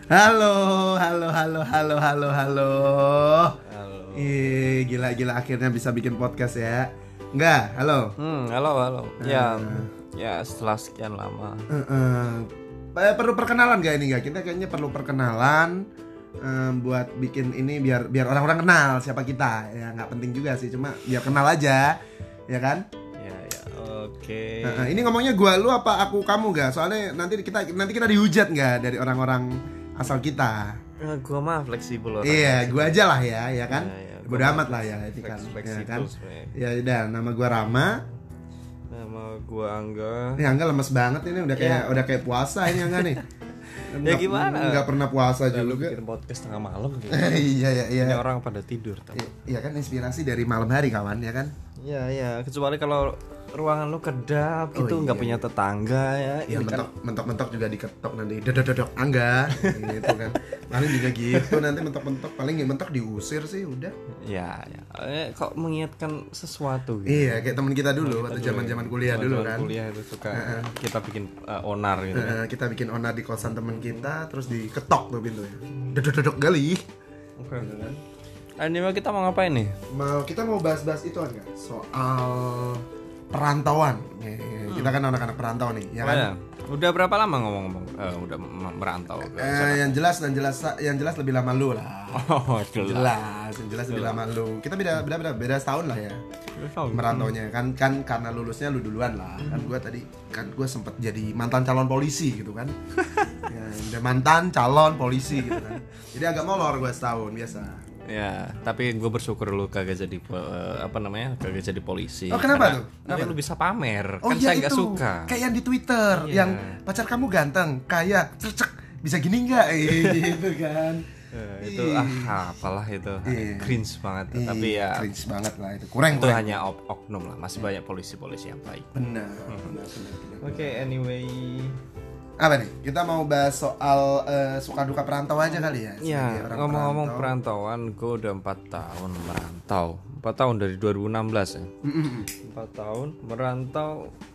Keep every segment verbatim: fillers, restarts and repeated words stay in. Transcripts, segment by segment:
Halo, halo, halo, halo, halo, halo. Halo. Ih, gila-gila akhirnya bisa bikin podcast ya. Enggak, halo. Hmm, halo, halo. Ya, ya setelah sekian lama. Uh, uh, perlu perkenalan gak ini gak? Kita kayaknya perlu perkenalan um, buat bikin ini biar biar orang-orang kenal siapa kita. Ya nggak penting juga sih, cuma biar kenal aja, ya kan? Ya, ya, oke. Uh, uh, ini ngomongnya gua lu apa aku kamu gak? Soalnya nanti kita nanti kita dihujat nggak dari orang-orang asal kita. Nah, gua mah fleksibel orang. Iya, gua aja lah ya, ya kan? Ya, ya, Bodo amat lah ya, itu kan. Ya kan? sebenarnya. Ya udah, nama gua Rama. Nama gua Angga. Ini Angga lemes banget ini, udah kayak Ya. udah kayak puasa ini Angga nih. Ya gimana? Enggak pernah puasa Lalu juga. bikin podcast tengah malam gitu. Iya, iya, iya. Ini orang pada tidur, tapi. Iya kan, inspirasi dari malam hari kawan, ya kan? Iya, iya, kecuali kalau ruangan lu kedap gitu, Oh, nggak iya. punya tetangga ya. Ya Ini kan- mentok mentok mentok juga diketok nanti dodok-dodok Angga gitu kan. Paling juga gitu nanti mentok-mentok paling ya mentok diusir sih udah. Ya, ya. Eh, kok mengingatkan sesuatu gitu. Iya, kayak temen kita dulu Kita waktu dulu zaman-zaman ya. kuliah dulu Zaman kan. Kuliah itu suka kita bikin uh, onar gitu kan. Eh, kita bikin onar di kosan temen kita terus diketok tuh pintunya. Dodok-dodok gali. Oke. Ini mah kita mau ngapain nih? Mau kita mau bahas-bahas itu enggak? Soal perantauan. Nih, kita kan anak-anak perantau nih, ya Oh kan? ya. Udah berapa lama ngomong-ngomong? Eh, udah m- merantau ke Eh, yang jelas dan jelas yang jelas lebih lama lu lah. Oh, jelas. Jelas, yang jelas lebih lama lu. Kita beda beda beda, beda setahun lah ya. Merantaunya kan kan karena lulusnya lu duluan lah. Kan gua tadi kan gua sempet jadi mantan calon polisi gitu kan. Ya, udah mantan calon polisi gitu kan. Jadi agak molor gua setahun biasa. Ya, tapi gue bersyukur lu kagak jadi po- eh, apa namanya? Kagak jadi polisi. Oh, kenapa Karena tuh? Nanti Kenapa? lu bisa pamer. Oh Kan iya saya nggak itu, suka. kayak yang di Twitter, Iya. yang pacar kamu ganteng, kaya, cecek, bisa gini nggak? Eh, gitu kan? Eh, itu Ih. ah apalah itu. Iya. Cringe banget. Ih, Tapi ya cringe banget lah itu, kurang itu kurang. hanya ok- oknum lah. Masih banyak polisi-polisi yang baik. Benar, benar, benar, benar. Oke, anyway. Apa nih? Kita mau bahas soal eh, suka duka perantau aja kali ya? Ya, Sebagai orang ngomong-ngomong perantau. perantauan, gue udah empat tahun merantau. Empat tahun dari dua ribu enam belas ya. Mm-mm. Empat tahun merantau.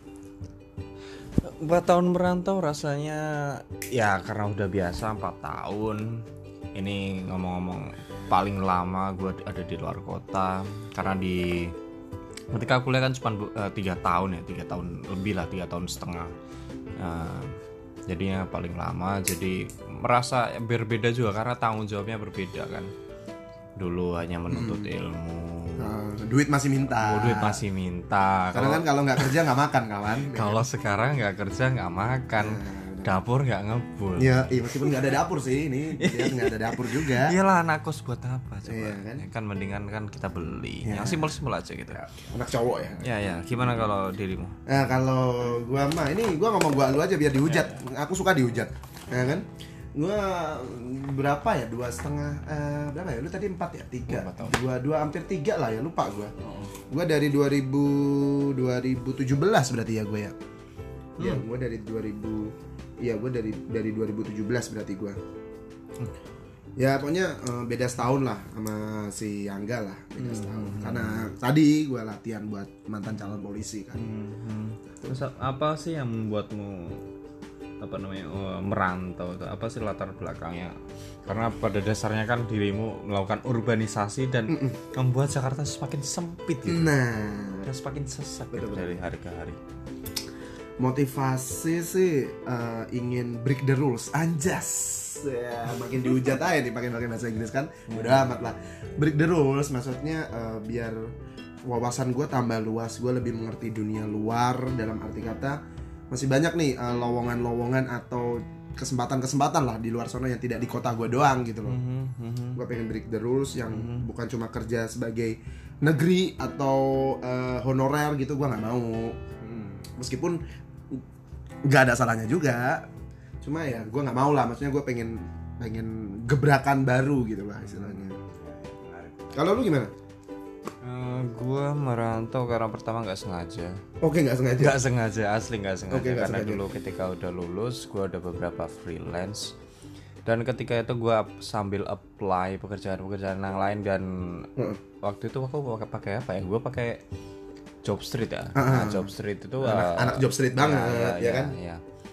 Empat tahun merantau rasanya ya karena udah biasa empat tahun. Ini ngomong-ngomong paling lama gue ada di luar kota karena di ketika kuliah kan cuma uh, tiga tahun ya, tiga tahun lebih lah, tiga tahun setengah. Nah, jadinya paling lama, jadi merasa berbeda juga karena tanggung jawabnya berbeda kan. Dulu hanya menuntut ilmu, Eh, duit masih minta. oh, duit masih minta. Karena kan kalau nggak kerja nggak makan kawan. Kalau sekarang nggak kerja nggak makan, dapur nggak ngebul. Ya, iya meskipun nggak ada dapur sih ini, dia nggak ada dapur juga. Iyalah anak kos buat apa coba? Iya, kan? kan mendingan kan kita beli. Yang simpel-simpel aja gitu. Anak cowok ya. Ya ya, gimana kalau dirimu? Nah kalau gua mah ini gua ngomong gua lu aja biar dihujat. Aku suka dihujat, ya kan? Gua berapa ya dua setengah eh, berapa ya? Lu tadi empat ya tiga, Empat tahun. dua dua hampir tiga lah ya lupa gua. Gua dari dua ribu dua ribu tujuh belas berarti ya gua ya. Ya gua dari dua ribu, iya gua dari dari dua ribu tujuh belas berarti gua. Ya pokoknya eh, beda setahun lah sama si Angga lah, beda setahun. Karena tadi gua latihan buat mantan calon polisi kan. Terus apa sih yang membuatmu apa namanya oh, merantau itu? Apa sih latar belakangnya? Karena pada dasarnya kan dirimu melakukan urbanisasi dan membuat Jakarta semakin sempit gitu. Nah, Dan semakin sesak gitu Betul-betul. dari hari ke hari. motivasi sih eh, ingin break the rules, anjas. Ya, makin dihujat aja nih pakai pakai bahasa Inggris kan. Udah amat lah. Break the rules maksudnya eh, biar wawasan gue tambah luas, gue lebih mengerti dunia luar dalam arti kata masih banyak nih eh, lowongan-lowongan atau kesempatan-kesempatan lah di luar sana yang tidak di kota gue doang gitu loh. Gue pengen break the rules yang bukan cuma kerja sebagai negeri atau eh, honorer gitu, gue nggak mau. Meskipun nggak ada salahnya juga, cuma ya gue nggak mau lah, maksudnya gue pengen pengen gebrakan baru gitu lah istilahnya. Kalau lu gimana? Eh, gua merantau karena pertama nggak sengaja. Oke, nggak sengaja. Nggak sengaja, asli nggak sengaja. Oke, nggak Karena sengaja. dulu ketika udah lulus, gua ada beberapa freelance. Dan ketika itu gua sambil apply pekerjaan-pekerjaan yang lain dan Heeh. waktu itu aku pakai pakai apa ya? Gua pakai Job Street ya. Ah, Nah, Job Street itu Anak, eh, anak job street banget, ya, ya, kan? ya.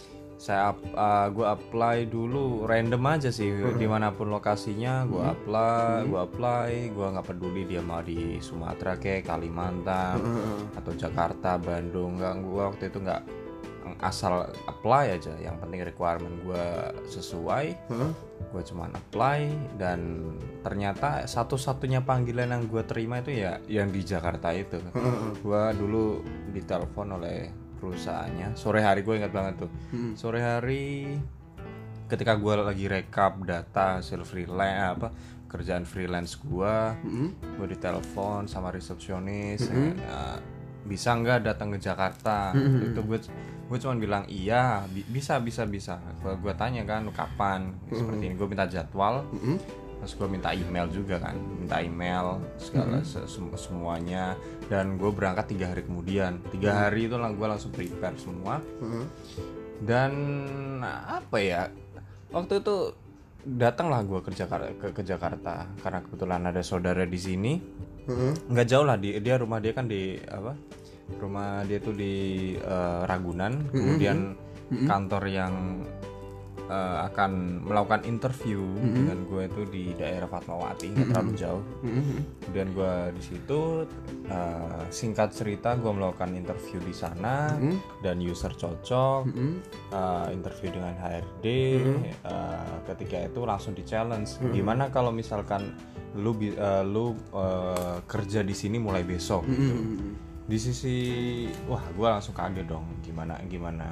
saya uh, gue apply dulu random aja sih, uh-huh. dimanapun lokasinya gue uh-huh. apply, uh-huh. gue apply, gue nggak peduli dia mau di Sumatera kayak Kalimantan uh-huh. atau Jakarta, Bandung, nggak, gue waktu itu nggak asal apply aja, yang penting requirement gue sesuai, uh-huh. gue cuman apply dan ternyata satu-satunya panggilan yang gue terima itu ya yang di Jakarta itu, uh-huh. gue dulu ditelepon oleh perusahaannya sore hari, gue ingat banget tuh hmm. sore hari ketika gue lagi rekap data hasil freelance apa kerjaan freelance gue, hmm. gue ditelepon sama resepsionis, hmm. ya, bisa nggak datang ke Jakarta, hmm. itu gue gue cuma bilang iya bi- bisa bisa bisa gue gue tanya kan kapan, hmm. seperti ini gue minta jadwal, hmm. terus gue minta email juga kan, minta email segala mm-hmm. se- semuanya, dan gue berangkat tiga hari kemudian, tiga mm-hmm. hari itu lah gue langsung prepare semua, mm-hmm. dan apa ya waktu itu datanglah gue ke Jakarta, ke, ke Jakarta karena kebetulan ada saudara di sini, mm-hmm. nggak jauh lah dia, dia rumah dia kan di apa rumah dia tuh di uh, Ragunan, mm-hmm. kemudian mm-hmm. kantor yang Uh, akan melakukan interview mm-hmm. dengan gue itu di daerah Fatmawati, nggak mm-hmm. terlalu jauh. Mm-hmm. Kemudian gue di situ uh, singkat cerita gue melakukan interview di sana, mm-hmm. dan user cocok, mm-hmm. uh, interview dengan H R D. Mm-hmm. Uh, ketika itu langsung di challenge, mm-hmm. gimana kalau misalkan lu uh, lu uh, kerja di sini mulai besok. Mm-hmm. Gitu. Di sisi wah gue langsung kaget dong, gimana gimana.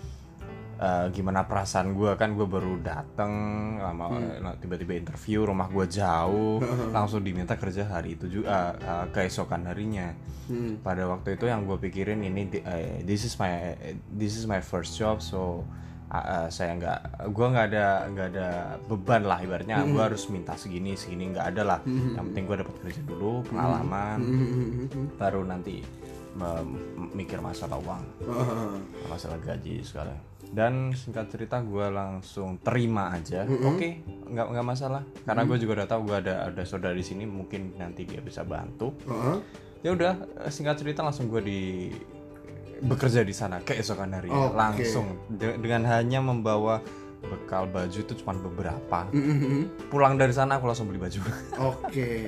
Uh, gimana perasaan gue, kan gue baru dateng lama, hmm. tiba-tiba interview, rumah gue jauh, langsung diminta kerja hari itu juga, uh, uh, keesokan harinya. hmm. Pada waktu itu yang gue pikirin ini uh, this is my this is my first job, so uh, uh, saya nggak gue nggak ada nggak ada beban lah ibaratnya, hmm. gue harus minta segini segini nggak ada lah, hmm. yang penting gue dapat kerja dulu, pengalaman, hmm. baru nanti um, mikir masalah uang, uh-huh. masalah gaji segala. Dan singkat cerita gue langsung terima aja, mm-hmm. oke, okay, nggak nggak masalah, karena mm-hmm. gue juga udah tahu gue ada ada saudara di sini, mungkin nanti dia bisa bantu. Uh-huh. Ya udah, singkat cerita langsung gue di bekerja di sana keesokan harinya, okay. langsung de- dengan hanya membawa bekal baju itu cuma beberapa. Mm-hmm. Pulang dari sana aku langsung beli baju. Oke, okay.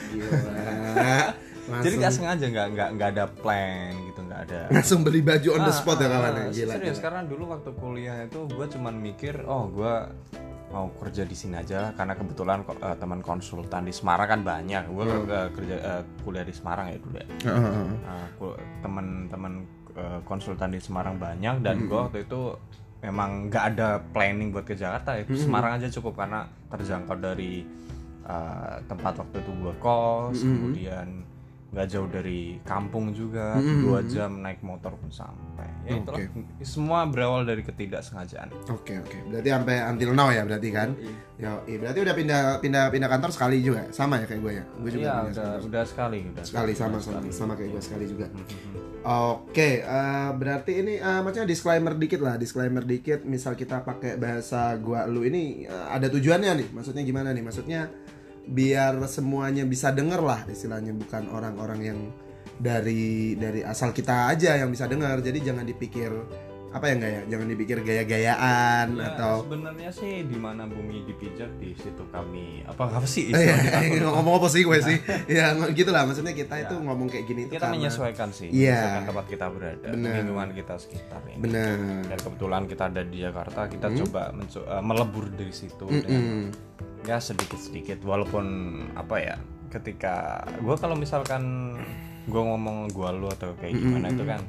Gila. Langsung. Jadi nggak sengaja, nggak nggak nggak ada plan gitu, nggak ada. Langsung beli baju on the spot ah, ya kawan. Ah, gila. Serius, karena dulu waktu kuliah itu gue cuman mikir, oh gue mau kerja di sini aja, karena kebetulan uh, teman konsultan di Semarang kan banyak. Gue hmm. uh, kerja uh, kuliah di Semarang ya dulu ya. Uh-huh. Uh, teman-teman uh, konsultan di Semarang banyak, dan hmm. gue waktu itu memang nggak ada planning buat ke Jakarta ya. Hmm. Semarang aja cukup karena terjangkau dari uh, tempat waktu itu gue kos, hmm. kemudian nggak jauh dari kampung juga, mm-hmm. dua jam naik motor pun sampai. Ya itulah, okay. semua berawal dari ketidaksengajaan. Oke okay, oke, okay. Berarti sampai until now ya berarti kan? Ya, iya, berarti udah pindah pindah pindah kantor sekali juga, sama ya kayak gue ya? Gue juga iya, udah udah sekali, udah sekali sama sama sekali. sama kayak gue sekali juga. Mm-hmm. Oke, okay, uh, berarti ini uh, maksudnya disclaimer dikit lah, disclaimer dikit. Misal kita pakai bahasa gua lu ini uh, ada tujuannya nih, maksudnya gimana nih? Maksudnya biar semuanya bisa denger lah istilahnya, bukan orang-orang yang dari dari asal kita aja yang bisa denger, jadi jangan dipikir apa ya enggak ya, jangan dipikir gaya-gayaan ya, atau sebenarnya sih di mana bumi dipijak di situ kami apa apa sih eh, ngomong apa sih gue sih ya gitulah, maksudnya kita ya. Itu ngomong kayak gini itu kita karena menyesuaikan sih, ya. menyesuaikan tempat kita berada, lingkungan kita sekitar ini. Benar. Dan kebetulan kita ada di Jakarta, kita hmm? coba menco- uh, melebur dari situ hmm, dengan hmm. ya sedikit-sedikit, walaupun apa ya, ketika gue kalau misalkan gue ngomong gue lu atau kayak gimana mm-hmm. itu kan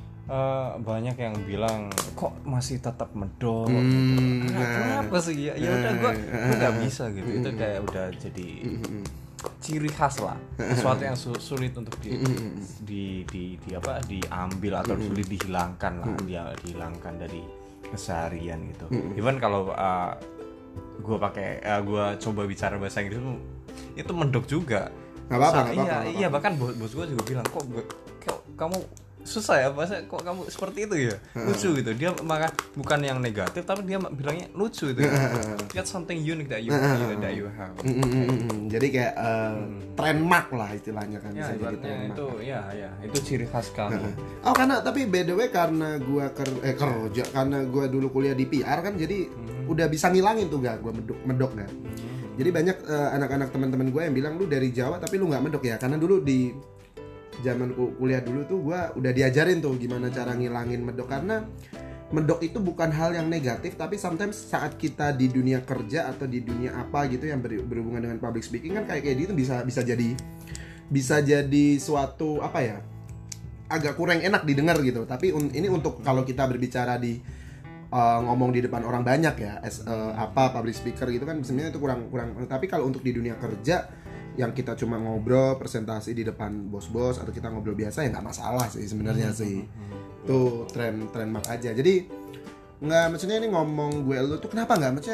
uh, banyak yang bilang kok masih tetap medok, mm-hmm. gitu. Nah, kenapa sih ya? Ya udah gue gue nggak bisa gitu, mm-hmm. itu kayak udah jadi mm-hmm. ciri khas lah, sesuatu yang su- sulit untuk di, mm-hmm. di, di, di apa diambil atau mm-hmm. sulit dihilangkan lah, mm-hmm. dia dihilangkan dari keseharian gitu. Mm-hmm. Even kalau uh, gue pakai, uh, gue coba bicara bahasa Inggris itu, itu mendok juga. Nggak apa-apa, so, nggak iya, apa-apa. Iya, bahkan bos, bos gue juga bilang kok, kok kamu susah ya bahasa kok kamu seperti itu ya, lucu gitu. Dia maka bukan yang negatif tapi dia bilangnya lucu itu. Get something unique that you that you have. Jadi kayak uh, trademark lah istilahnya kan, Ya, bisa jadi trademark. itu ya ya itu ciri khas kami. Oh karena tapi by the way karena gua ker eh kerja karena gua dulu kuliah di P R kan, jadi hmm. udah bisa ngilangin tuh gak gua medok medok gak. Hmm. Jadi banyak uh, anak-anak teman-teman gue yang bilang lu dari Jawa tapi lu nggak medok ya, karena dulu di zaman kuliah dulu tuh gue udah diajarin tuh gimana cara ngilangin medok. Karena medok itu bukan hal yang negatif, tapi sometimes saat kita di dunia kerja atau di dunia apa gitu yang ber, berhubungan dengan public speaking kan kayak kayak gitu bisa bisa jadi bisa jadi suatu apa ya, agak kurang enak didengar gitu. Tapi un, ini untuk kalau kita berbicara di uh, ngomong di depan orang banyak ya, as uh, apa public speaker gitu kan sebenarnya itu kurang kurang. Tapi kalau untuk di dunia kerja yang kita cuma ngobrol presentasi di depan bos-bos atau kita ngobrol biasa ya nggak masalah sih sebenarnya sih. Tuh tren tren mak aja. Jadi nggak, maksudnya ini ngomong gue lu tuh kenapa nggak, maksudnya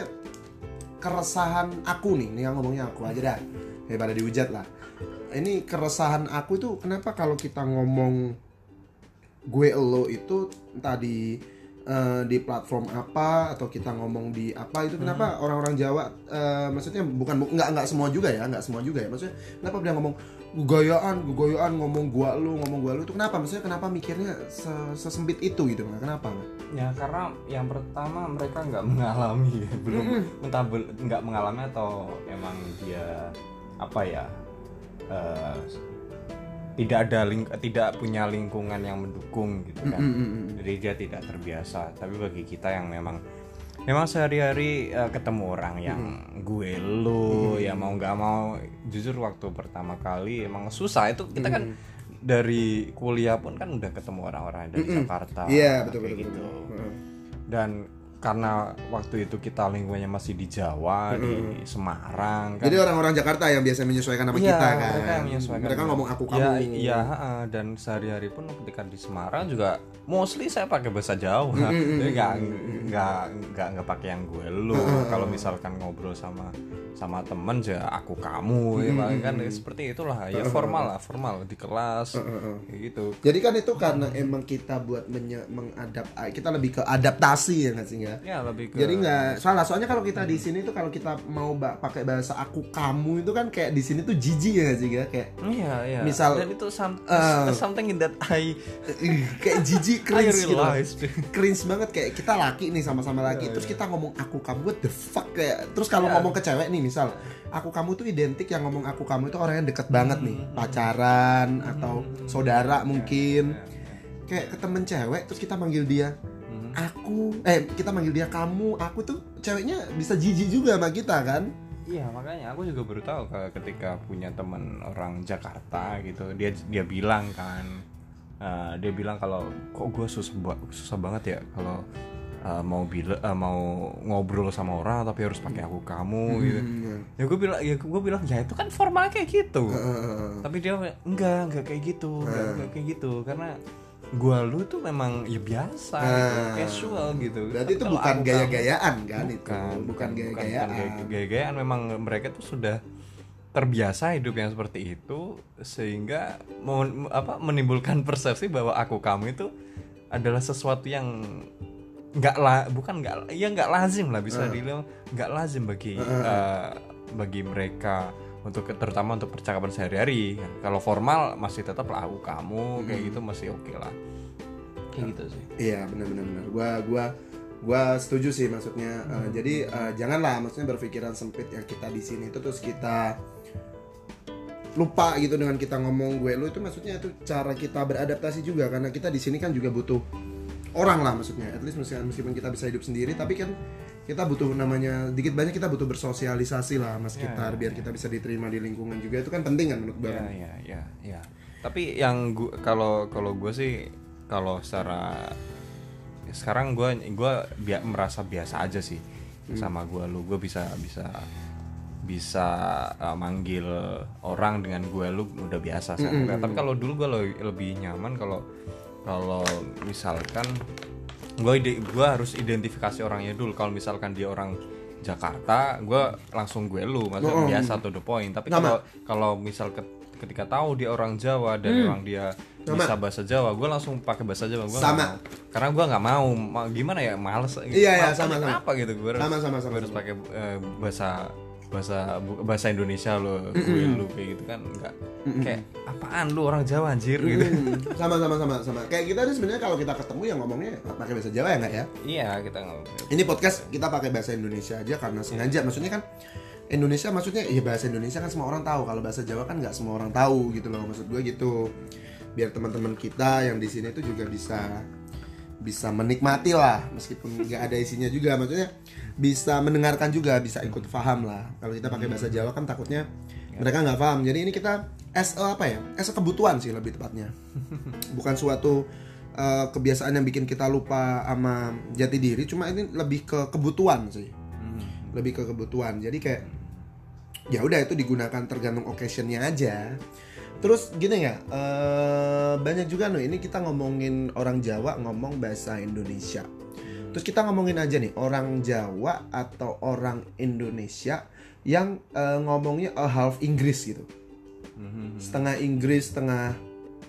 keresahan aku nih, nih yang ngomongnya aku aja dah daripada dihujat lah. Ini keresahan aku itu kenapa kalau kita ngomong gue lo itu tadi Uh, di platform apa atau kita ngomong di apa itu kenapa hmm. orang-orang Jawa uh, maksudnya bukan nggak nggak semua juga ya nggak semua juga ya maksudnya kenapa dia ngomong gugayaan gugayaan ngomong gua lu ngomong gua lu itu kenapa, maksudnya kenapa mikirnya sesempit itu gitu, kenapa? Ya karena yang pertama mereka nggak mengalami belum mm-hmm. entah nggak mengalami atau emang dia apa ya uh, tidak ada ling- tidak punya lingkungan yang mendukung gitu kan. Mm-hmm. Jadi dia tidak terbiasa. Tapi bagi kita yang memang memang sehari-hari uh, ketemu orang yang mm-hmm. gue lu mm-hmm. ya mau nggak mau, jujur waktu pertama kali emang susah itu kita kan mm-hmm. dari kuliah pun kan udah ketemu orang-orang dari mm-hmm. Jakarta. Iya yeah, betul betul gitu. Betul. Dan karena waktu itu kita lingkungannya masih di Jawa, mm-hmm. di Semarang kan. Jadi orang-orang Jakarta yang biasa menyesuaikan sama ya, kita kan. Mereka yang menyesuaikan. Mereka ngomong aku kamu. Ya, iya, dan sehari-hari pun ketika di Semarang juga mostly saya pakai bahasa Jawa. Mm-hmm. Jadi nggak nggak nggak nggak pakai yang gue lu. Mm-hmm. Kalau misalkan ngobrol sama sama temen ya aku kamu ya mm-hmm. kan seperti itulah ya, formal lah, formal di kelas uh-uh. kayak gitu. Jadi kan itu karena emang kita buat menye- mengadap kita lebih ke adaptasi ya nggak sih ya? Ya lebih ke. Jadi nggak salah, soalnya kalau kita hmm. di sini tuh kalau kita mau ba- pakai bahasa aku kamu itu kan kayak di sini tuh jijik ya nggak sih ya, kayak iya iya. Misal dan itu some, uh, something that I kayak jijik cringe gitu, cringe banget, kayak kita laki nih sama-sama laki yeah, terus yeah. kita ngomong aku kamu, what the fuck, kayak terus kalau yeah. ngomong ke cewek nih misal aku kamu tuh identik yang ngomong aku kamu itu orang yang deket banget nih, pacaran atau saudara mungkin, kayak ke temen cewek terus kita manggil dia aku, eh kita manggil dia kamu, aku tuh ceweknya bisa jijik juga sama kita kan. Iya, makanya aku juga baru tahu ketika punya teman orang Jakarta gitu, dia dia bilang kan, uh, dia bilang kalau kok gue susah susah banget ya kalau uh, mau bila uh, mau ngobrol sama orang tapi harus pakai aku kamu gitu. Hmm. Ya gue bilang ya gue bilang ya itu kan formal kayak gitu. Uh. Tapi dia enggak enggak kayak gitu, enggak, uh. enggak kayak gitu karena gua lu tuh memang ya biasa uh. gitu, casual gitu. Berarti itu bukan gaya-gayaan kan, bukan, itu bukan, bukan gaya-gayaan. Bukan gaya-gayaan, memang mereka tuh sudah terbiasa hidup yang seperti itu sehingga mau apa menimbulkan persepsi bahwa aku kamu itu adalah sesuatu yang nggak lah bukan nggak ya nggak lazim lah bisa uh. dibilang nggak lazim bagi uh. Uh, bagi mereka untuk terutama untuk percakapan sehari-hari. Kalau formal masih tetap lah aku kamu hmm. kayak gitu masih oke okay lah kayak gitu sih. Iya benar-benar benar. Gua gua gua setuju sih maksudnya. Hmm. Uh, jadi uh, janganlah maksudnya berpikiran sempit yang kita di sini itu terus kita lupa gitu dengan kita ngomong gue lu itu, maksudnya itu cara kita beradaptasi juga karena kita di sini kan juga butuh orang lah maksudnya. At least meskipun kita bisa hidup sendiri tapi kan kita butuh namanya dikit banyak kita butuh bersosialisasi lah sama sekitar ya, ya, biar kita bisa diterima di lingkungan juga, itu kan penting kan menurut gue. Ya ya ya ya. Tapi yang gua kalau kalau gue sih kalau secara sekarang gue gue bi- merasa biasa aja sih hmm. sama gue lu gue bisa bisa bisa uh, manggil orang dengan gue lu udah biasa sih. Mm-hmm. Tapi kalau dulu gue lebih, lebih nyaman kalau kalau misalkan gue ide, gue harus identifikasi orangnya dulu. Kalau misalkan dia orang Jakarta, gue langsung gue lu, maksudnya oh, biasa to the point. Tapi kalau kalau misal ke, ketika tahu dia orang Jawa dan Hmm. memang dia Sama. bisa bahasa Jawa, gue langsung pakai bahasa Jawa. Gua Sama. nggak mau. Karena gue nggak mau, ma- gimana ya, males. Iya, iya, Males sama, sama. Apa gitu, gue harus, Sama, sama, sama, gua harus sama. pakai eh, bahasa bahasa bu- bahasa Indonesia lo, gue lu kayak gitu kan, nggak kayak apaan lu orang Jawa anjir gitu. Hmm, sama sama sama sama. Kayak kita tuh sebenarnya kalau kita ketemu yang ngomongnya pakai bahasa Jawa ya nggak ya? Iya, kita nggak. Ini podcast kita pakai bahasa Indonesia aja karena sengaja. Maksudnya kan Indonesia maksudnya ya bahasa Indonesia kan semua orang tahu. Kalau bahasa Jawa kan nggak semua orang tahu gitu loh. Maksud gue gitu. Biar teman-teman kita yang di sini tuh juga bisa bisa menikmati lah meskipun nggak ada isinya juga. Maksudnya bisa mendengarkan juga, bisa ikut paham lah. Kalau kita pakai bahasa Jawa kan takutnya mereka nggak paham. Jadi ini kita as a, apa ya? As a kebutuhan sih lebih tepatnya. Bukan suatu uh, kebiasaan yang bikin kita lupa sama jati diri, cuma ini lebih ke kebutuhan sih. Lebih ke kebutuhan. Jadi kayak ya udah itu digunakan tergantung occasionnya aja. Terus gini ya, uh, banyak juga nih ini kita ngomongin orang Jawa ngomong bahasa Indonesia. Terus kita ngomongin aja nih orang Jawa atau orang Indonesia yang uh, ngomongnya uh, half Inggris gitu. Setengah Inggris, setengah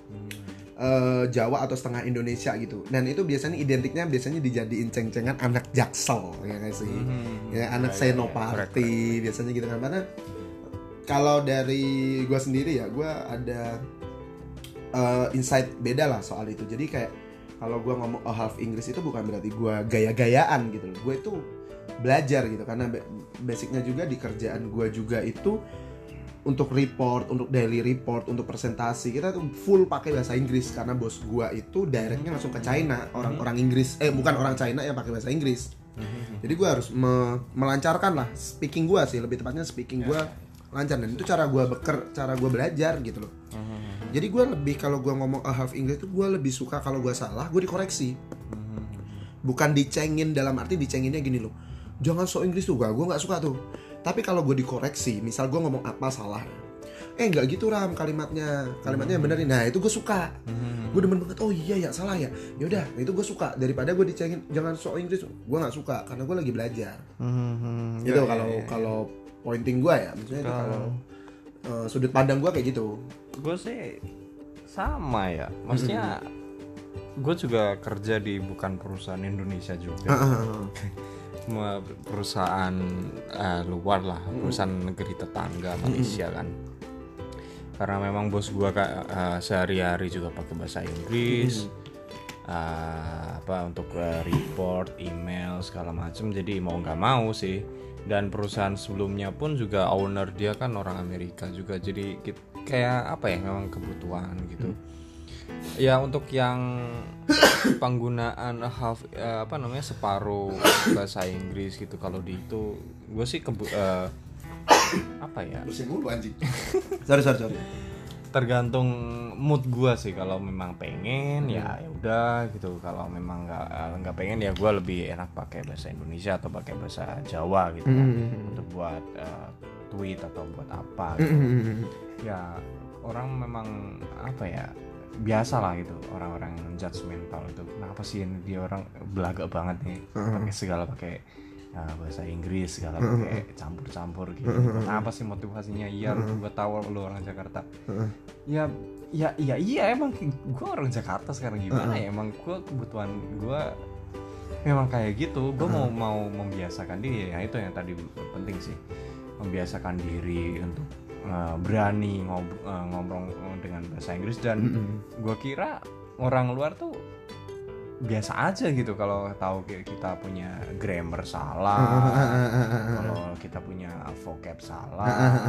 uh, Jawa atau setengah Indonesia gitu. Dan itu biasanya identiknya biasanya dijadiin ceng-cengan anak Jaksel ya nggak sih? Ya anak Ya, ya, ya. Senopati biasanya gitu kan. Karena kalau dari gue sendiri ya, gue ada uh, insight beda lah soal itu. Jadi kayak kalau gue ngomong oh, half Inggris itu bukan berarti gue gaya-gayaan gitu loh. Gue itu belajar gitu karena basicnya juga di kerjaan gue juga itu untuk report, untuk daily report, untuk presentasi kita tuh full pakai bahasa Inggris karena bos gue itu directnya langsung ke China, orang-orang Inggris, eh bukan orang China yang pakai bahasa Inggris. Jadi gue harus me- melancarkan lah speaking gue sih, lebih tepatnya speaking gue lancar, dan itu cara gue beker, cara gue belajar gitu loh. Jadi gue lebih kalau gue ngomong a half English itu gue lebih suka kalau gue salah gue dikoreksi, bukan dicengin dalam arti dicenginnya gini loh, jangan so Inggris tuh gue gue nggak suka tuh. Tapi kalau gue dikoreksi, misal gue ngomong apa salah, eh nggak gitu Ram kalimatnya, kalimatnya yang benerin, nah itu gue suka, gue demen banget. Oh iya ya salah ya, yaudah itu gue suka daripada gue dicengin jangan so Inggris, gue nggak suka karena gue lagi belajar. Itu kalau kalau pointing gue ya, maksudnya itu kalau uh, sudut pandang gue kayak gitu. Gue sih sama ya, maksudnya gue juga kerja di bukan perusahaan Indonesia juga, cuma perusahaan uh, luar lah, perusahaan negeri tetangga Malaysia kan. Karena memang bos gue uh, sehari-hari juga pakai bahasa Inggris, uh, apa untuk uh, report, email segala macam. Jadi mau nggak mau sih. Dan perusahaan sebelumnya pun juga owner dia kan orang Amerika juga, jadi kayak apa ya, memang kebutuhan gitu. Ya untuk yang penggunaan half uh, apa namanya separuh bahasa Inggris gitu, kalau di itu gue sih kebu- uh, apa ya? Bersin mulu anjing. sorry sorry sorry. Tergantung mood gue sih. Kalau memang pengen ya ya udah gitu. Kalau memang nggak nggak pengen ya gue lebih enak pakai bahasa Indonesia atau pakai bahasa Jawa gitu kan, untuk buat uh, tweet atau buat apa gitu. Ya orang memang apa ya, biasa lah gitu orang-orang judgmental itu, kenapa sih ini dia orang belaga banget nih pakai segala pakai uh, bahasa Inggris segala pakai campur-campur gitu. Kenapa sih motivasinya? Iya lu gue tahu lu orang Jakarta. Ya ya ya iya emang gue orang Jakarta sekarang, gimana ya, emang gue kebutuhan gue memang kayak gitu. Gue mau mau membiasakan diri ya, itu yang tadi penting sih, membiasakan diri untuk uh, berani ngob- uh, ngobrol dengan bahasa Inggris. Dan gue kira orang luar tuh biasa aja gitu kalau tahu kita punya grammar salah, kalau kita punya vocab salah.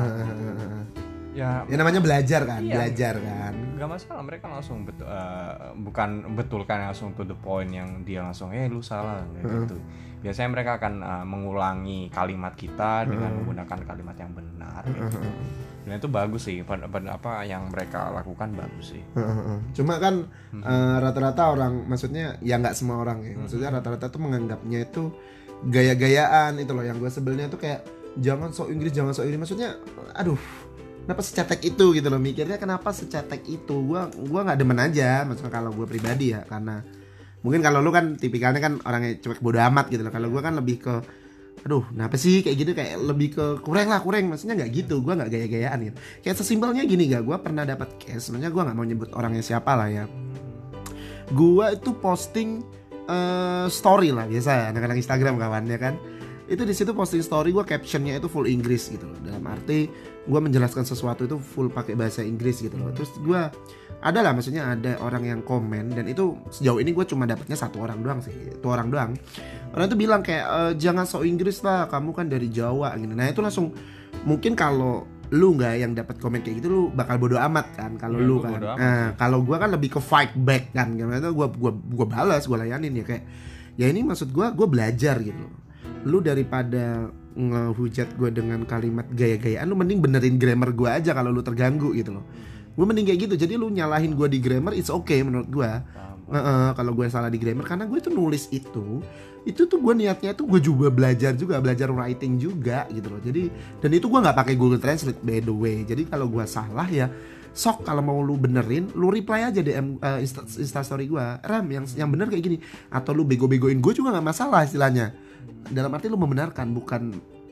Ya, ya namanya belajar kan, iya, belajar kan. Gak masalah, mereka langsung betul, uh, bukan betulkan langsung to the point yang dia langsung eh lu salah kayak uh-huh. gitu. Biasanya mereka akan uh, mengulangi kalimat kita dengan uh-huh. menggunakan kalimat yang benar. Uh-huh. Gitu. Dan itu bagus sih, apa yang mereka lakukan bagus sih. Uh-huh. Cuma kan uh-huh. uh, rata-rata orang, maksudnya ya nggak semua orang ya, maksudnya uh-huh. rata-rata tuh menganggapnya itu gaya-gayaan itu loh. Yang gue sebelnya tuh kayak jangan sok Inggris, jangan sok Inggris. Maksudnya, aduh. Kenapa secetek itu gitu loh, mikirnya kenapa secetek itu. Gua gua nggak demen aja, maksudnya kalau gue pribadi ya, karena mungkin kalau lu kan tipikalnya kan orangnya cuek bodo amat gitu loh. Kalau gue kan lebih ke aduh kenapa sih kayak gitu, kayak lebih ke kurang lah kurang, maksudnya nggak gitu, gue nggak gaya-gayaan gitu. Kayak sesimpelnya gini gak, gue pernah dapat case, sebenarnya gue nggak mau nyebut orangnya siapa lah ya. Gue itu posting uh, story lah biasa anak-anak Instagram kawan ya kan. Itu di situ posting story gue captionnya itu full Inggris gitu loh. Dalam arti gue menjelaskan sesuatu itu full pakai bahasa Inggris gitu loh. Terus gue ada lah, maksudnya ada orang yang komen, dan itu sejauh ini gue cuma dapatnya satu orang doang sih, itu orang doang. Orang itu bilang kayak e, jangan sok Inggris lah, kamu kan dari Jawa gitu. Nah itu langsung, mungkin kalau lu nggak yang dapat komen kayak gitu lu bakal bodo amat kan kalau ya, lu kan. Nah kalau gue kan lebih ke fight back kan, gimana gue gue gue balas, gue layanin ya kayak ya ini maksud gue gue belajar gitu loh. Lu daripada ngehujat gue dengan kalimat gaya-gayaan, lu mending benerin grammar gue aja kalau lu terganggu gitu loh. Gue mending kayak gitu. Jadi lu nyalahin gue di grammar, it's okay menurut gue. Uh, kalau gue salah di grammar, karena gue tuh nulis itu itu tuh gue niatnya tuh gue juga belajar juga, belajar writing juga gitu loh. Jadi dan itu gue nggak pakai Google Translate by the way. Jadi kalau gue salah ya sok, kalau mau lu benerin lu reply aja D M uh, insta, insta story gue, Ram yang yang bener kayak gini, atau lu bego-begoin gue juga nggak masalah istilahnya. Dalam arti lu membenarkan, bukan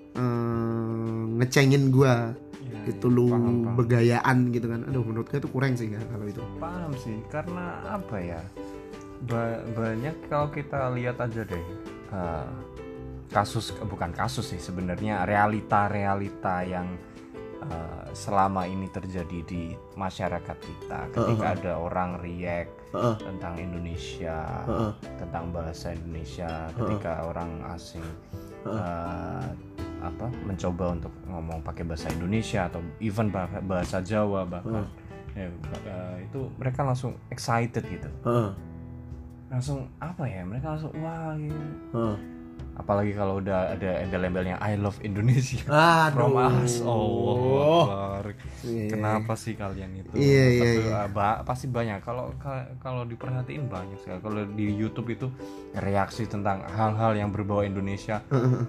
uh, ngecengin gue. Ya, itu lu paham, paham. Begayaan gitu kan. Aduh menurut gue itu kurang sih ya kalau itu. Paham sih, karena apa ya, ba- banyak kalau kita lihat aja deh uh, kasus, bukan kasus sih sebenarnya, realita-realita yang uh, selama ini terjadi di masyarakat kita. Ketika uh-uh. ada orang react uh-uh. tentang Indonesia, uh-uh. tentang bahasa Indonesia, ketika uh-uh. orang asing uh, apa mencoba untuk ngomong pakai bahasa Indonesia atau even bahasa Jawa bahkan uh. ya, uh, itu mereka langsung excited gitu, uh. langsung apa ya, mereka langsung wah gitu. uh. Apalagi kalau udah ada embel-embelnya I love Indonesia from us, oh yeah. Kenapa sih kalian itu? Yeah, yeah, Tapi yeah. Uh, ba- pasti banyak, kalau kalau diperhatiin banyak sekali. Kalau di YouTube itu reaksi tentang hal-hal yang berbau Indonesia, uh-huh.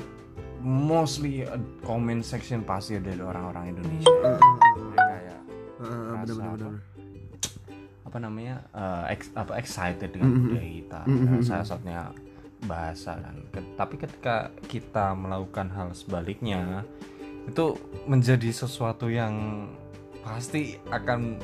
mostly uh, comment section pasti ada dari orang-orang Indonesia. Mereka ya uh, rasa benar-benar apa, apa namanya uh, ex, apa excited dengan mm-hmm. budaya kita, mm-hmm. salah satunya bahasa kan. Tapi ketika kita melakukan hal sebaliknya, itu menjadi sesuatu yang pasti akan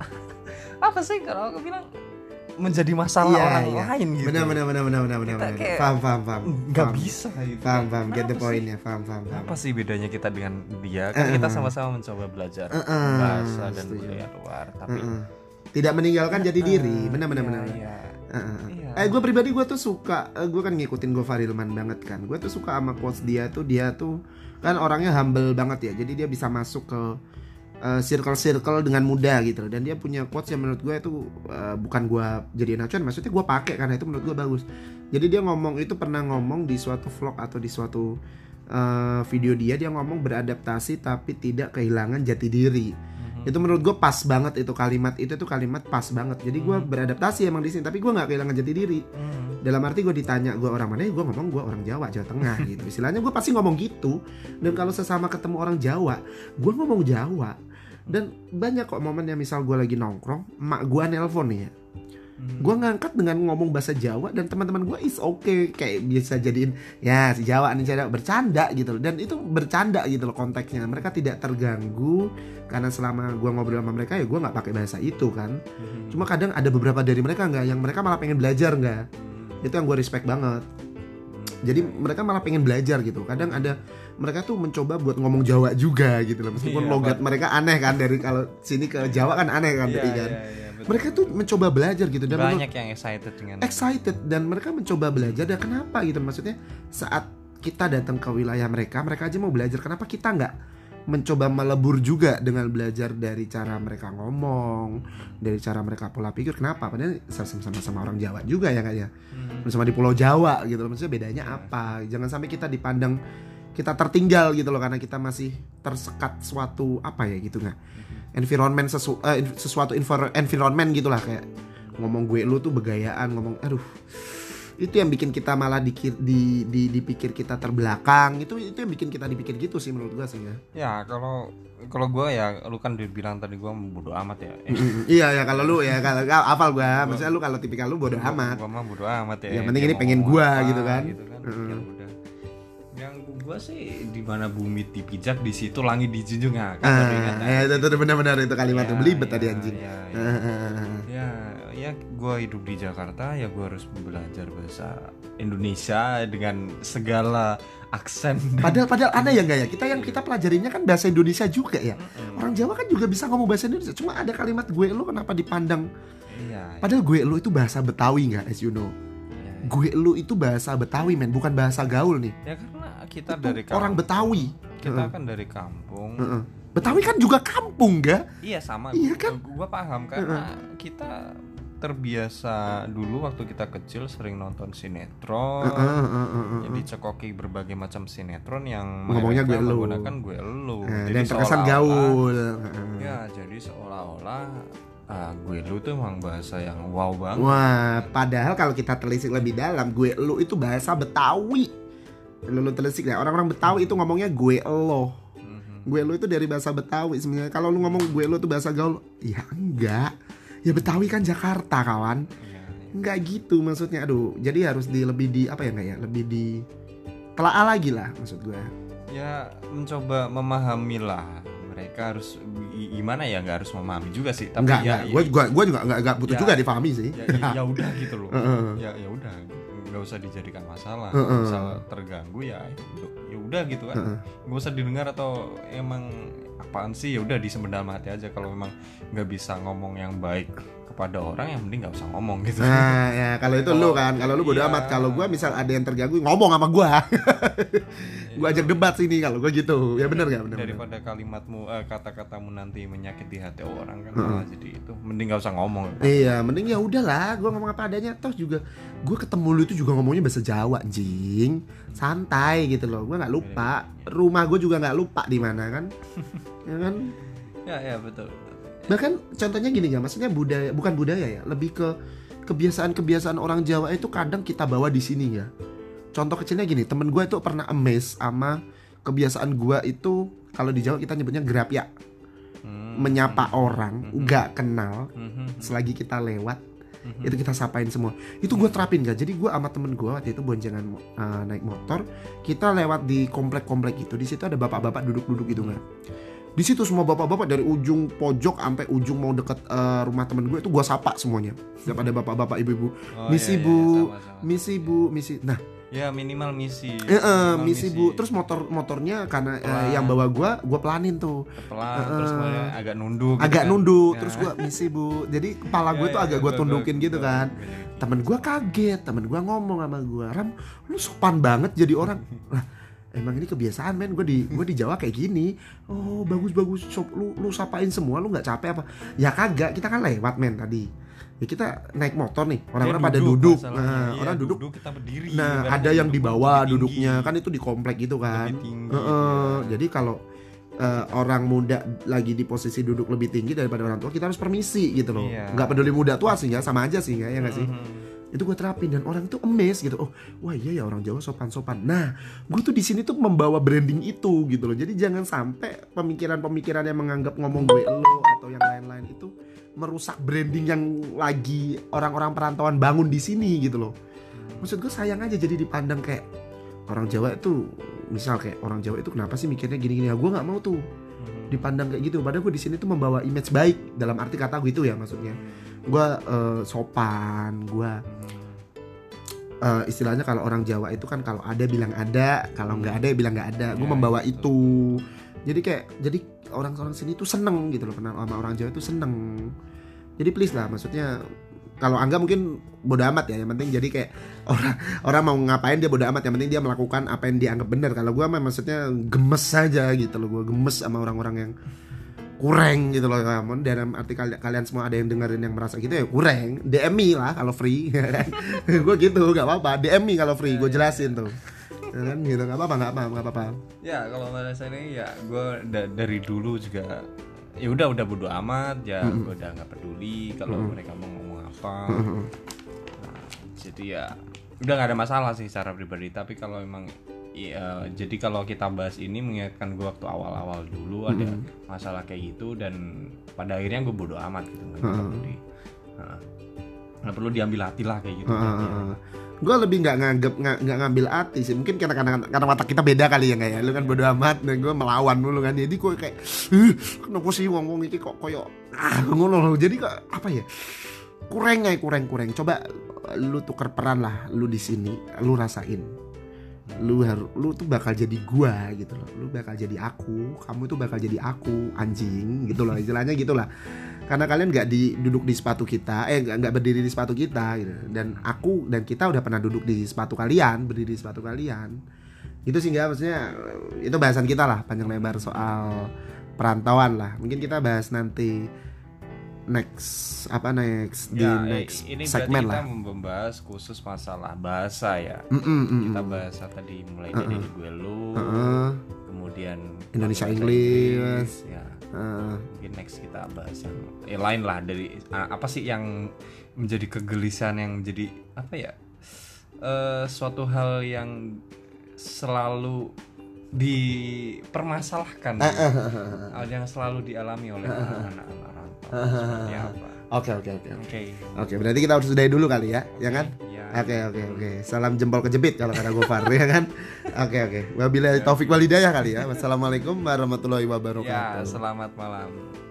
apa sih kalau aku bilang menjadi masalah yeah, orang yeah. lain gitu. Benar benar benar benar benar benar. Paham paham paham. Enggak bisa gitu. Paham paham, get the point-nya. Paham paham. Apa sih bedanya kita dengan dia? Kan uh-uh. kita sama-sama mencoba belajar uh-uh. bahasa dan budaya luar, tapi uh-uh. tidak meninggalkan uh-uh. jati diri. Benar benar benar. Iya. Uh-uh. Iya. Eh gue pribadi gue tuh suka, uh, gue kan ngikutin Gofar Hilman banget kan. Gue tuh suka sama quotes dia tuh, dia tuh kan orangnya humble banget ya. Jadi dia bisa masuk ke Uh, circle-circle dengan mudah gitu, dan dia punya quotes yang menurut gue itu uh, bukan gue jadiin acuan, maksudnya gue pakai karena itu menurut gue bagus. Jadi dia ngomong itu, pernah ngomong di suatu vlog atau di suatu uh, video dia dia ngomong beradaptasi tapi tidak kehilangan jati diri. Mm-hmm. Itu menurut gue pas banget, itu kalimat itu tuh kalimat pas banget. Jadi gue mm-hmm. beradaptasi emang di sini, tapi gue nggak kehilangan jati diri. Mm-hmm. Dalam arti gue ditanya gue orang mana, ya gue ngomong gue orang Jawa, Jawa Tengah gitu. Istilahnya gue pasti ngomong gitu. Dan kalau sesama ketemu orang Jawa, gue ngomong Jawa. Dan banyak kok momen yang misal gue lagi nongkrong, mak gue nelpon nih ya, hmm. gue ngangkat dengan ngomong bahasa Jawa, dan teman-teman gue is oke okay, kayak bisa jadiin ya si Jawa nih cara bercanda gitu loh. Dan itu bercanda gitu loh konteksnya, mereka tidak terganggu karena selama gue ngobrol sama mereka ya gue nggak pakai bahasa itu kan. hmm. Cuma kadang ada beberapa dari mereka nggak, yang mereka malah pengen belajar nggak, hmm. itu yang gue respect banget. Jadi mereka malah pengen belajar gitu. Kadang ada mereka tuh mencoba buat ngomong Jawa juga gitu loh. Meskipun iya, logat Pak. Mereka aneh kan, dari kalau sini ke Jawa kan aneh kan, iya, kan. Iya, iya, mereka tuh mencoba belajar gitu, dan banyak yang excited dengan excited dan mereka mencoba belajar. Dan kenapa gitu, maksudnya saat kita datang ke wilayah mereka, mereka aja mau belajar, kenapa kita nggak mencoba melebur juga dengan belajar dari cara mereka ngomong, dari cara mereka pola pikir. Kenapa? Padahal sama-sama orang Jawa juga ya kayaknya, hmm. sama di Pulau Jawa gitu loh. Maksudnya bedanya apa? Jangan sampai kita dipandang kita tertinggal gitu loh, karena kita masih tersekat suatu apa ya gitu nggak? Environment sesu, uh, sesuatu envir- environment gitulah, kayak ngomong gue lu tuh begayaan, ngomong aduh. Itu yang bikin kita malah dikir, di, di, dipikir kita terbelakang. Itu itu yang bikin kita dipikir gitu sih menurut gue sih ya. Ya kalau kalau gue ya, lu kan dibilang tadi gue bodo amat ya. Iya ya, kalau lu ya kalau hafal gue, maksudnya lu kalau tipikal lu bodo amat. Gue mah bodo amat ya. Yang penting ini pengen gue gitu kan. Gitu kan. Mm. Ya udah. Yang gua sih di mana bumi dipijak di situ langit dijunjung ya. Kan Ah, ya, itu, itu benar-benar itu kalimat ya, tuh belibet ya, tadi anjing. Ya, ya, Ah, ah, ah. ya, ya gua hidup di Jakarta ya gua harus belajar bahasa Indonesia dengan segala aksen. Padahal padahal aneh ya enggak ya? Kita yang kita pelajarinya kan bahasa Indonesia juga ya. Mm-mm. Orang Jawa kan juga bisa ngomong bahasa Indonesia. Cuma ada kalimat gue lu kenapa dipandang? Iya. Padahal gue lu itu bahasa Betawi enggak, as you know. Iya, iya. Gue lu itu bahasa Betawi, men, bukan bahasa gaul nih. Ya karena kita itu dari kampung. Orang Betawi. Kita uh-uh. kan dari kampung. Uh-uh. Betawi kan juga kampung, enggak? Iya sama. Iya kan? Gua paham karena uh-uh. kita terbiasa dulu waktu kita kecil sering nonton sinetron, uh, uh, uh, uh, uh. jadi cekoki berbagai macam sinetron yang ngomongnya gue lu, menggunakan gue lu, uh, jadi dan terkesan gaul. Ya, jadi seolah-olah uh, gue lu tuh emang bahasa yang wow banget. Wah, padahal kalau kita telisik lebih dalam, gue lu itu bahasa Betawi. Lu, lu telisik ya, orang-orang Betawi itu ngomongnya gue lo. Mm-hmm. Gue lu itu dari bahasa Betawi sebenarnya. Kalau lu ngomong gue lu itu bahasa gaul, ya enggak. Ya Betawi kan Jakarta, kawan. Ya, ya. Enggak gitu maksudnya. Aduh, jadi harus di lebih di apa ya enggak ya? Lebih di telaah lagi lah maksud gue. Ya mencoba memahami lah. Mereka harus gimana ya, nggak harus memahami juga sih. Tapi enggak, ya, enggak. Gue juga gue juga enggak, enggak butuh ya, juga dipahami sih. Ya, ya, ya udah gitu loh. Uh-uh. Ya ya udah, nggak usah dijadikan masalah. Uh-uh. Misal terganggu ya ya udah gitu kan. Uh-uh. Nggak usah didengar atau emang apaan sih, ya udah disembah dalam hati aja. Kalau memang nggak bisa ngomong yang baik kepada orang, yang mending nggak usah ngomong gitu. Nah ya kalau itu lu kan, kalau lu bodo iya. amat. Kalau gue misal ada yang terganggu ngomong sama gue. Gue ajak debat sini kalau gue gitu. Ya benar nggak? Daripada kalimatmu eh, kata-katamu nanti menyakiti hati orang kan, malah hmm. jadi itu mending nggak usah ngomong. Iya, mending ya udahlah, gue ngomong apa adanya. Toh juga gue ketemu lu itu juga ngomongnya bahasa Jawa, anjing. Santai gitu loh. Gue nggak lupa. Rumah gue juga nggak lupa di mana kan. Ya kan? Ya ya betul. Bahkan contohnya gini ya, maksudnya budaya, bukan budaya ya, lebih ke kebiasaan-kebiasaan orang Jawa itu kadang kita bawa di sini ya. Contoh kecilnya gini, temen gue itu pernah amazed sama kebiasaan gue itu, kalau di Jawa kita nyebutnya gerapya, hmm. menyapa hmm. orang nggak hmm. kenal, hmm. selagi kita lewat, hmm. itu kita sapain semua. Itu gue terapin kan. Jadi gue sama temen gue waktu itu boncengan uh, naik motor, kita lewat di komplek-komplek gitu. Di situ ada bapak-bapak duduk-duduk gitu kan. Di situ semua bapak-bapak dari ujung pojok sampai ujung mau deket uh, rumah temen gue itu gue sapa semuanya. Gak pada bapak-bapak ibu-ibu. Oh, misi iya, bu, iya, sama, sama. misi bu, misi. Nah, ya minimal misi. Eh, uh, misi, misi bu. Terus motor-motornya karena uh, yang bawa gue, gue pelanin tuh. Pelan, uh, terus agak nunduk. Agak gitu nunduk. kan? Terus gue misi bu. Jadi kepala gue ya, tuh ya, agak gue tundukin gua, gitu gua, kan. Gua, gua, temen gue kaget, temen gue ngomong sama gue, Ram, lu sopan banget jadi orang. Emang ini kebiasaan men, gue di gue di Jawa kayak gini. Oh bagus bagus, so, lu lu sapain semua, lu nggak capek apa? Ya kagak, kita kan lewat men tadi. Ya kita naik motor nih, orang-orang pada duduk. Nah, iya, orang duduk. duduk kita berdiri. Nah ada yang di bawah duduknya, kan itu di komplek gitu kan. Tinggi, e-e, ya. Jadi kalau uh, orang muda lagi di posisi duduk lebih tinggi daripada orang tua, kita harus permisi gitu loh. Iya. Nggak peduli muda tua sih ya, sama aja sih ya, ya nggak sih? Mm-hmm. Itu gue terapin dan orang itu amazed gitu. Oh, wah iya ya orang Jawa sopan-sopan. Nah, gue tuh di sini tuh membawa branding itu gitu loh. Jadi jangan sampai pemikiran-pemikiran yang menganggap ngomong gue lo atau yang lain-lain itu merusak branding yang lagi orang-orang perantauan bangun di sini gitu loh. Maksud gue sayang aja jadi dipandang kayak orang Jawa itu, misal kayak orang Jawa itu kenapa sih mikirnya gini-gini. Ya gue nggak mau tuh dipandang kayak gitu. Padahal gue di sini tuh membawa image baik dalam arti kata gue itu ya maksudnya. Gue uh, sopan, gue uh, istilahnya kalau orang Jawa itu kan kalau ada bilang ada, kalau nggak ada ya bilang nggak ada. Gue ya, membawa itu. itu. Jadi kayak jadi orang-orang sini tuh seneng gitu loh, kenal sama orang Jawa itu seneng. Jadi please lah, maksudnya kalau Angga mungkin bodo amat ya, yang penting jadi kayak orang orang mau ngapain dia bodo amat, yang penting dia melakukan apa yang dianggap benar. Kalau gue mah maksudnya gemes saja gitu loh, gue gemes sama orang-orang yang kurang gitu loh. Dalam arti kalian, kalian semua ada yang dengerin yang merasa gitu ya kurang, D M I lah kalau free. Gue gitu nggak apa-apa, D M I kalau free gue jelasin tuh kan gitu, nggak apa-apa nggak apa nggak apa-apa. Ya kalau merasa ini ya gue da- dari dulu juga ya udah udah bodo amat ya, mm-hmm. gue udah nggak peduli kalau mm-hmm. mereka mau ngomong apa. Mm-hmm. Nah, jadi ya udah nggak ada masalah sih secara pribadi. Tapi kalau emang ya, jadi kalau kita bahas ini mengingatkan gue waktu awal-awal dulu mm-hmm. ada masalah kayak gitu, dan pada akhirnya gue bodo amat gitu, nggak mm-hmm. peduli. Nah, nggak perlu diambil hati lah kayak gitu. Uh, gue lebih nggak nganggap nggak nggak ngambil hati sih, mungkin karena karena karena watak kita beda kali ya, nggak ya, lu kan bodo amat dan gue melawan dulu kan, jadi gue kayak eh kenapa sih wong wong ini kok koyo ah ngono loh, jadi kok apa ya, kurang aja kurang kurang coba lu tuker peran lah, lu di sini lu rasain, lu harus lu tuh bakal jadi gua gitu loh, lu bakal jadi aku, kamu tuh bakal jadi aku anjing gitu loh, istilahnya gitulah, karena kalian nggak di duduk di sepatu kita, eh nggak nggak berdiri di sepatu kita gitu, dan aku dan kita udah pernah duduk di sepatu kalian, berdiri di sepatu kalian, itu sehingga maksudnya itu bahasan kita lah panjang lebar soal perantauan lah, mungkin kita bahas nanti next apa next di Ya, next ini segmen berarti kita lah. membahas khusus masalah bahasa ya. Mm, mm, mm, Kita mm. bahasa tadi mulai dari gue lu, Heeh. kemudian Indonesia bahasa Inggris. ya. Heeh. Mungkin next kita bahas yang eh, lain lah dari ah, apa sih yang menjadi kegelisahan, yang menjadi apa ya, eh, suatu hal yang selalu dipermasalahkan, hal yang selalu dialami oleh anak-anak rantau seperti apa. Oke oke oke oke. Oke. Oke, berarti kita harus sudahi dulu kali ya, ya kan? Ya. Oke oke oke. Salam jempol kejepit kalau kata Gofar ya kan? Oke oke. Wabillahi taufik walhidayah kali ya. Wassalamualaikum warahmatullahi Ya, wabarakatuh. selamat malam.